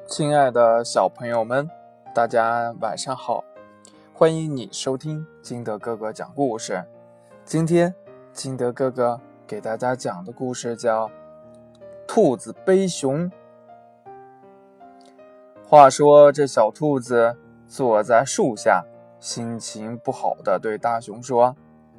亲爱的小朋友们，大家晚上好，欢迎你收听金德哥哥讲故事。今天金德哥哥给大家讲的故事叫《兔子背熊》。话说这小兔子坐在树下，心情不好地对大熊说：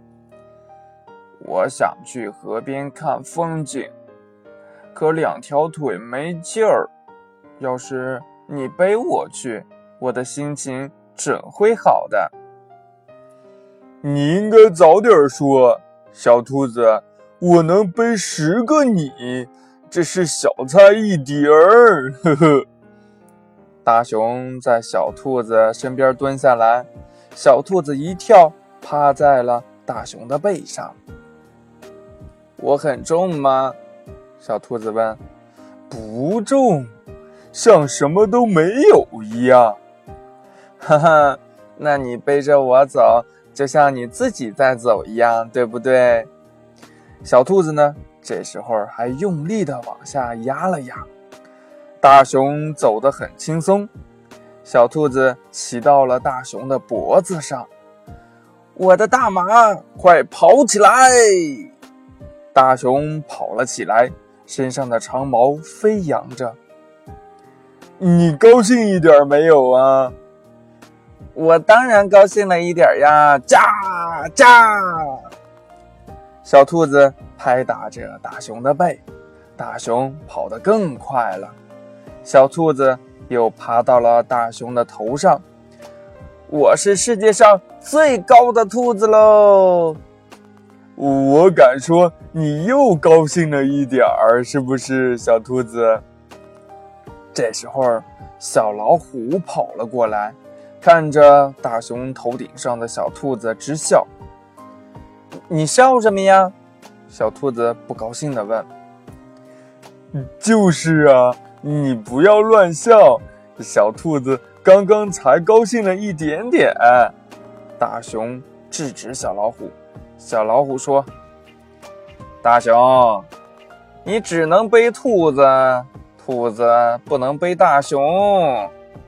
我想去河边看风景，可两条腿没劲儿，要是你背我去，我的心情准会好的。 你应该早点说，小兔子，我能背10个你，这是小菜一碟儿，呵呵。 大熊在小兔子身边蹲下来，小兔子一跳，趴在了大熊的背上。我很重吗？小兔子问。 不重，像什么都没有一样。 哈哈，那你背着我走，就像你自己在走一样，对不对？小兔子呢，这时候还用力地往下压了压。大熊走得很轻松，小兔子骑到了大熊的脖子上。我的大马，快跑起来！大熊跑了起来，身上的长毛飞扬着。 你高兴一点没有啊？ 我当然高兴了一点呀！喳喳！小兔子拍打着大熊的背，大熊跑得更快了。小兔子又爬到了大熊的头上。我是世界上最高的兔子喽！ 我敢说你又高兴了一点儿，是不是，小兔子？ 这时候小老虎跑了过来，看着大熊头顶上的小兔子直笑。你笑什么呀？小兔子不高兴地问。 就是啊，你不要乱笑，小兔子刚刚才高兴了一点点。 大熊制止小老虎。小老虎说：大熊，你只能背兔子，兔子不能背大熊。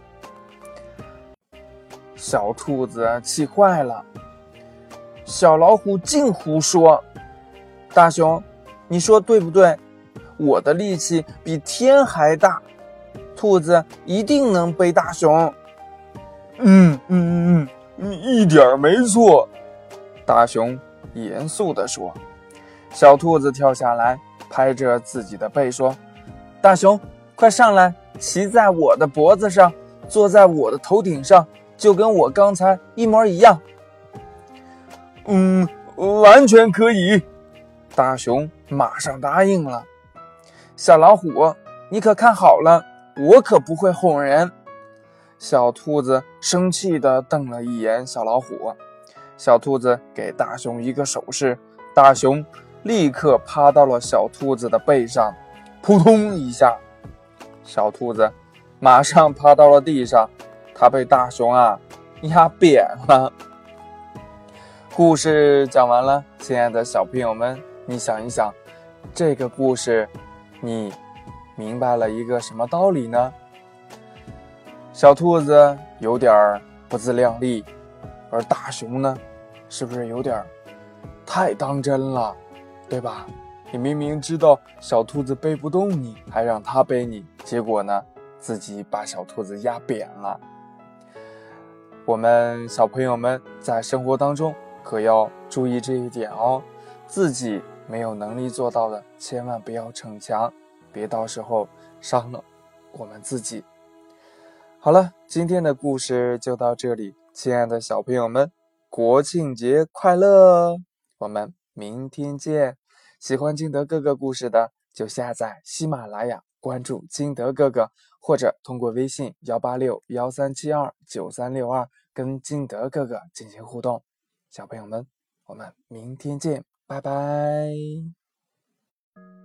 小兔子气坏了。小老虎净胡说。大熊，你说对不对？我的力气比天还大，兔子一定能背大熊。 一点没错。 大熊严肃地说。小兔子跳下来，拍着自己的背说：大熊，快上来，骑在我的脖子上，坐在我的头顶上，就跟我刚才一模一样。 完全可以。 大熊马上答应了。小老虎，你可看好了，我可不会哄人。小兔子生气地瞪了一眼小老虎。小兔子给大熊一个手势，大熊立刻趴到了小兔子的背上，扑通一下，小兔子马上趴到了地上，它被大熊压扁了。故事讲完了，亲爱的小朋友们，你想一想，这个故事你明白了一个什么道理呢？小兔子有点不自量力，而大熊呢，是不是有点太当真了，对吧？你明明知道小兔子背不动你，还让它背你，结果呢，自己把小兔子压扁了。我们小朋友们在生活当中可要注意这一点哦，自己没有能力做到的，千万不要逞强，别到时候伤了我们自己。好了，今天的故事就到这里，亲爱的小朋友们，国庆节快乐！我们明天见。喜欢金德哥哥故事的，就下载喜马拉雅，关注金德哥哥，或者通过微信18613729362跟金德哥哥进行互动。小朋友们，我们明天见，拜拜。